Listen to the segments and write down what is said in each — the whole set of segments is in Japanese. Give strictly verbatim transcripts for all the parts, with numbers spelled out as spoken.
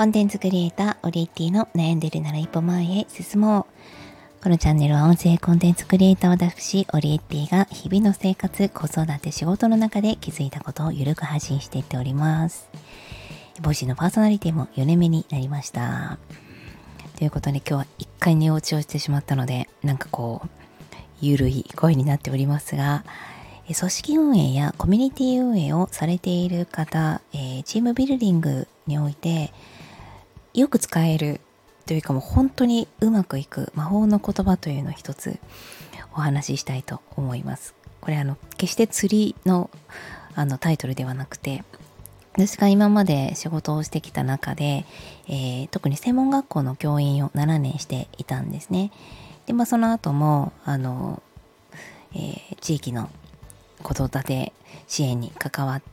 コンテンツクリエイターオリエッティの悩んでるなら一歩前へ進もう。このチャンネルは音声コンテンツクリエイター私オリエッティが日々の生活、子育て、仕事の中で気づいたことをゆるく発信していっております。ボイシーのパーソナリティもよねんめになりました。ということで今日は一回寝落ちをしてしまったので、なんかこうゆるい声になっておりますが、組織運営やコミュニティ運営をされている方、えー、チームビルディングにおいてよく使えるというか、もう本当にうまくいく魔法の言葉というのを一つお話ししたいと思います。これあの決して釣りのあのタイトルではなくて、私が今まで仕事をしてきた中で、えー、特に専門学校の教員をななねんしていたんですね。で、まあ、その後もあの、えー、地域の子育て支援に関わって、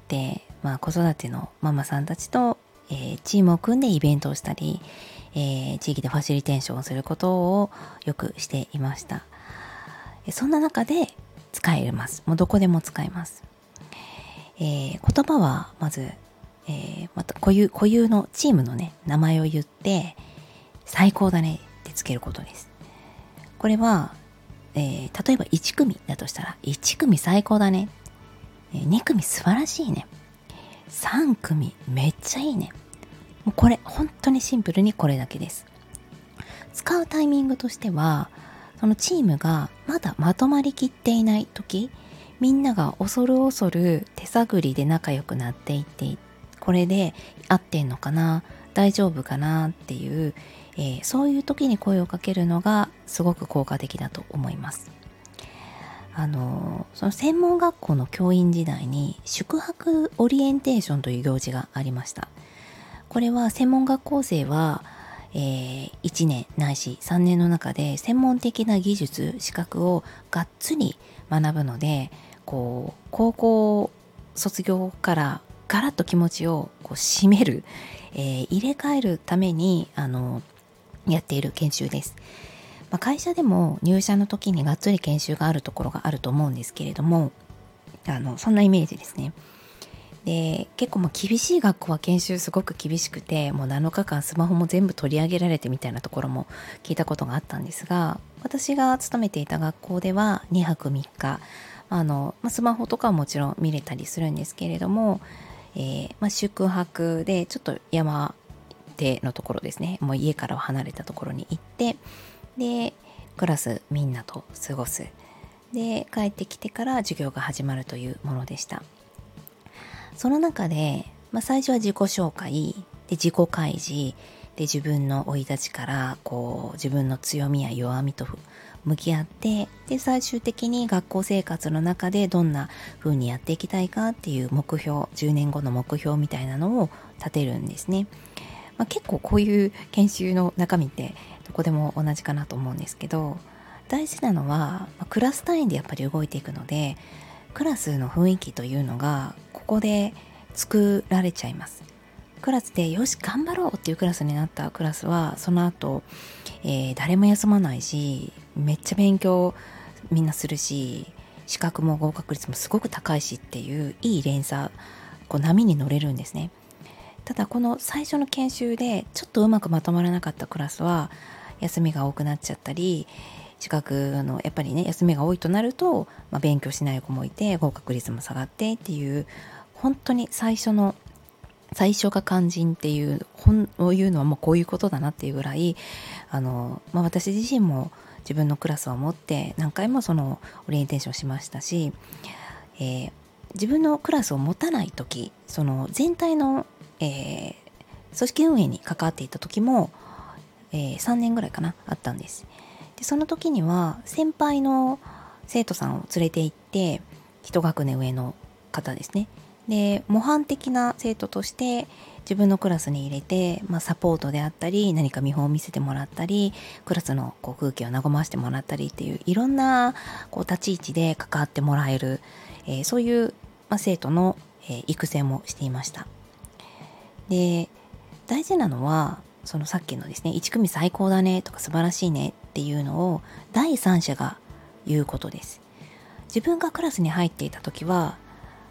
まあ、子育てのママさんたちと、えー、チームを組んでイベントをしたり、えー、地域でファシリテーションをすることをよくしていました。そんな中で使えます。もうどこでも使えます。えー、言葉はまず、えー、また固有、固有のチームのね名前を言って最高だねってつけることです。これはえー、例えばいち組だとしたらいち組最高だね、えー、に組素晴らしいね、さん組めっちゃいいね。もうこれ本当にシンプルにこれだけです。使うタイミングとしては、そのチームがまだまとまりきっていない時、みんなが恐る恐る手探りで仲良くなっていって、これで合ってんのかな、大丈夫かなっていう、えー、そういう時に声をかけるのがすごく効果的だと思います。あのその専門学校の教員時代に宿泊オリエンテーションという行事がありました。これは専門学校生は、えー、いちねんないしさんねんの中で専門的な技術資格をがっつり学ぶので、こう高校卒業からガラッと気持ちをこう締める、えー、入れ替えるためにあのやっている研修です。まあ、会社でも入社の時にがっつり研修があるところがあると思うんですけれども、あのそんなイメージですね。で、結構まあ厳しい学校は研修すごく厳しくて、もうなのかかんスマホも全部取り上げられてみたいなところも聞いたことがあったんですが、私が勤めていた学校ではにはくみっか、あの、まあ、スマホとかはもちろん見れたりするんですけれども、えーまあ、宿泊でちょっと山手のところですね、もう家からは離れたところに行って、でクラスみんなと過ごす、で帰ってきてから授業が始まるというものでした。その中で、まあ、最初は自己紹介で自己開示で、自分の生い立ちからこう自分の強みや弱みと向き合って、で最終的に学校生活の中でどんな風にやっていきたいかっていう目標、じゅうねんごの目標みたいなのを立てるんですね。まあ、結構こういう研修の中身ってどこでも同じかなと思うんですけど、大事なのは、まあ、クラス単位でやっぱり動いていくので、クラスの雰囲気というのがここで作られちゃいます。クラスでよし頑張ろうっていうクラスになったクラスは、その後、えー、誰も休まないし、めっちゃ勉強みんなするし、資格も合格率もすごく高いしっていういい連鎖、こう波に乗れるんですね。ただこの最初の研修でちょっとうまくまとまらなかったクラスは休みが多くなっちゃったり、資格のやっぱりね休みが多いとなると、まあ、勉強しない子もいて合格率も下がってっていう、本当に最初の最初が肝心っていう本を言うのはもうこういうことだなっていうぐらい、あの、まあ、私自身も自分のクラスを持って何回もそのオリエンテーションしましたし、えー、自分のクラスを持たない時、その全体の、えー、組織運営に関わっていた時も、えー、さんねんぐらいかなあったんです。でその時には先輩の生徒さんを連れて行って、一学年上の方ですね、で模範的な生徒として自分のクラスに入れて、まあ、サポートであったり何か見本を見せてもらったり、クラスのこう空気を和ませてもらったりっていういろんなこう立ち位置で関わってもらえる、えー、そういう、まあ、生徒の、えー、育成もしていました。で大事なのはそのさっきのですね、いち組最高だねとか素晴らしいねっていうのを第三者が言うことです。自分がクラスに入っていた時は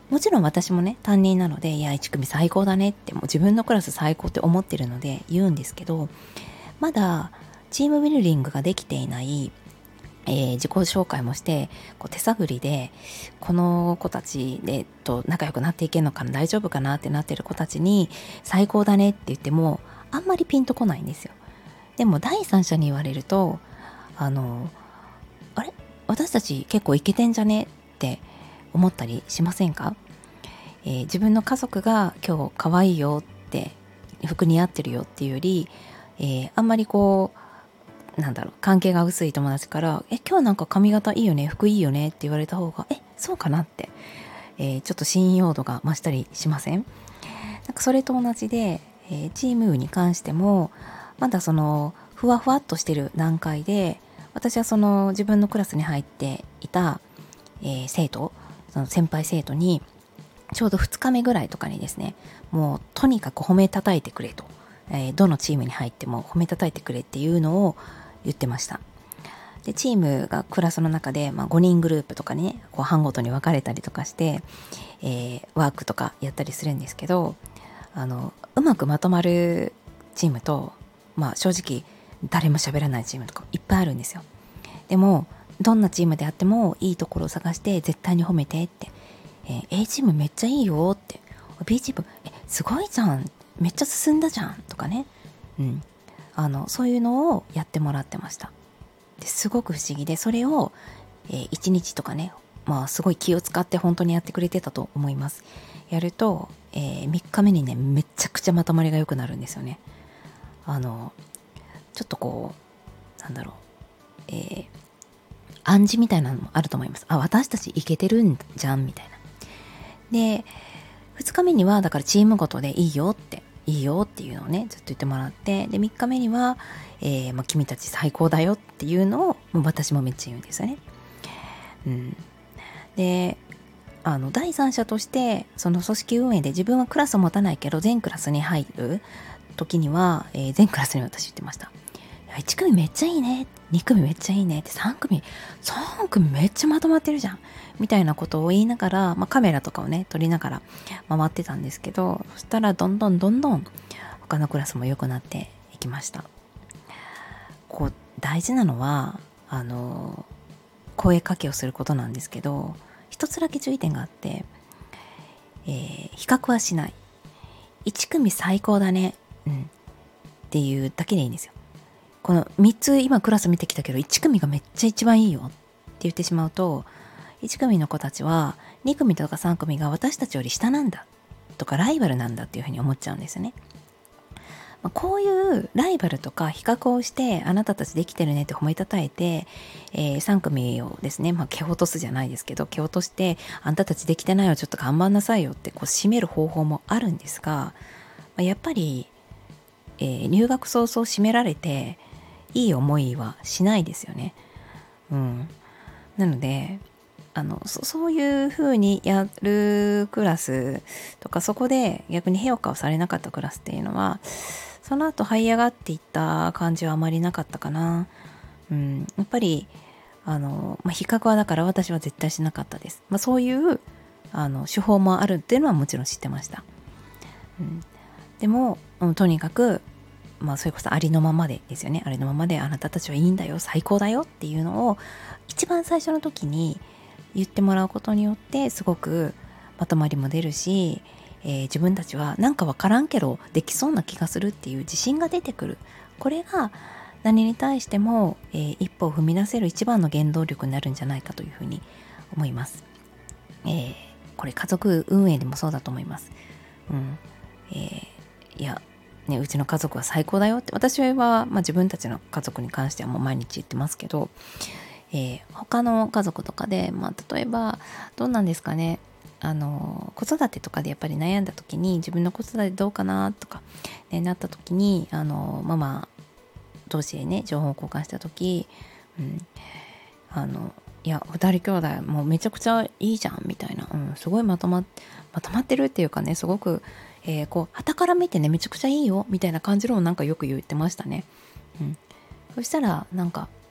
もちろん私もね担任なので、いやいち組最高だねって、もう自分のクラス最高って思ってるので言うんですけど、まだチームビルディングができていない、えー、自己紹介もしてこう手探りでこの子たちでと仲良くなっていけるのかな、大丈夫かなってなってる子たちに最高だねって言ってもあんまりピンとこないんですよ。でも第三者に言われると、あのあれ私たち結構イケてんじゃねって思ったりしませんか？えー、自分の家族が今日可愛いよって服似合ってるよっていうより、えー、あんまりこうなんだろう関係が薄い友達からえ今日なんか髪型いいよね、服いいよねって言われた方がえそうかなって、えー、ちょっと信用度が増したりしません？なんかそれと同じで、えー、チームに関してもまだそのふわふわっとしてる段階で、私はその自分のクラスに入っていた、えー、生徒その先輩生徒にちょうどふつかめぐらいとかにですね、もうとにかく褒めたたいてくれと、えー、どのチームに入っても褒めたたいてくれっていうのを言ってました。でチームがクラスの中で、まあ、ごにんグループとかねこう班ごとに分かれたりとかして、えー、ワークとかやったりするんですけど、あのうまくまとまるチームと、まあ、正直誰も喋らないチームとかいっぱいあるんですよ。でもどんなチームであってもいいところを探して絶対に褒めてって、えー、A チームめっちゃいいよって、 B チームえすごいじゃん、めっちゃ進んだじゃんとかね、うん、あのそういうのをやってもらってました。ですごく不思議で、それを、えー、いちにちとかね、まあすごい気を使って本当にやってくれてたと思います。やると、えー、みっかめにねめちゃくちゃまとまりが良くなるんですよね。あのちょっとこうなんだろう、えー、暗示みたいなのもあると思います。あ、私たちイケてるんじゃんみたいな。でふつかめにはだからチームごとでいいよっていいよっていうのをねずっと言ってもらって、でみっかめには、えーまあ、君たち最高だよっていうのをもう私もめっちゃ言うんですよね。うん、であの第三者としてその組織運営で自分はクラスを持たないけど全クラスに入る時には、えー、全クラスに私言ってました。いち組めっちゃいいね、に組めっちゃいいねって、さん組さん組めっちゃまとまってるじゃんみたいなことを言いながら、まあ、カメラとかをね撮りながら回ってたんですけど、そしたらどんどんどんどん他のクラスも良くなっていきました。こう大事なのはあの声かけをすることなんですけど、一つだけ注意点があって、えー、比較はしない。いち組最高だね、うん、っていうだけでいいんですよ。このみっつ今クラス見てきたけどいち組がめっちゃ一番いいよって言ってしまうと、いち組の子たちはに組とかさん組が私たちより下なんだとかライバルなんだっていうふうに思っちゃうんですよね。まあ、こういうライバルとか比較をしてあなたたちできてるねって褒めたたえて、えー、さん組をですね、まあ、蹴落とすじゃないですけど蹴落としてあんたたちできてないよちょっと頑張んなさいよってこう締める方法もあるんですが、まあ、やっぱり、えー、入学早々締められていい思いはしないですよね。うん。なので、あの、そ、そういう風にやるクラスとか、そこで逆に評価をされなかったクラスっていうのは、その後這い上がっていった感じはあまりなかったかな。うん。やっぱり、あの、まあ、比較はだから私は絶対しなかったです。まあ、そういう、あの、手法もあるっていうのはもちろん知ってました。うん。でも、うん、とにかく、まあそれこそありのままでですよね。ありのままであなたたちはいいんだよ、最高だよっていうのを一番最初の時に言ってもらうことによってすごくまとまりも出るし、えー、自分たちはなんかわからんけどできそうな気がするっていう自信が出てくる。これが何に対しても、えー、一歩を踏み出せる一番の原動力になるんじゃないかというふうに思います。えー、これ家族運営でもそうだと思います。うん。えー、いやね、うちの家族は最高だよって私は、まあ、自分たちの家族に関してはもう毎日言ってますけど、えー、他の家族とかで、まあ、例えばどうなんですかね、あの子育てとかでやっぱり悩んだ時に自分の子育てどうかなとか、ね、なった時にあのママ同士でね情報交換した時、うん、あのいや二人兄弟もうめちゃくちゃいいじゃんみたいな、うん、すごいまとままとまってるっていうかね、すごくえー、こう傍から見てねめちゃくちゃいいよみたいな感じのをなんかよく言ってましたね。うん、そしたらなんか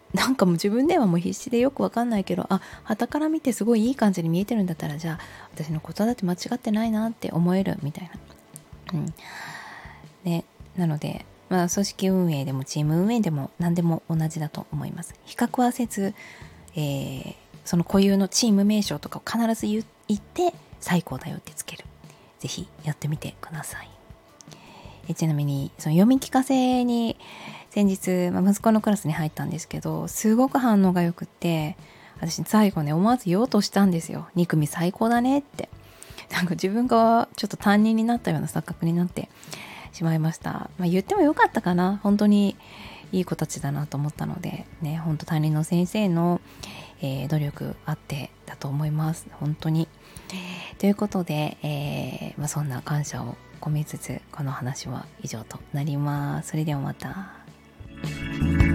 なんかもう自分ではもう必死でよくわかんないけど、あ、傍から見てすごいいい感じに見えてるんだったら、じゃあ私のことだって間違ってないなって思えるみたいな。うんね、なので、まあ、組織運営でもチーム運営でも何でも同じだと思います。比較はせず、えー、その固有のチーム名称とかを必ず言って最高だよってつける。ぜひやってみてください。えちなみにその読み聞かせに先日、まあ、息子のクラスに入ったんですけど、すごく反応が良くって、私最後ね思わず言おうとしたんですよ。に組最高だねって。なんか自分がちょっと担任になったような錯覚になってしまいました。まあ、言ってもよかったかな。本当にいい子たちだなと思ったのでね、本当担任の先生の、えー、努力あってだと思います。本当に。ということで、えーまあ、そんな感謝を込めつつこの話は以上となります。それではまた。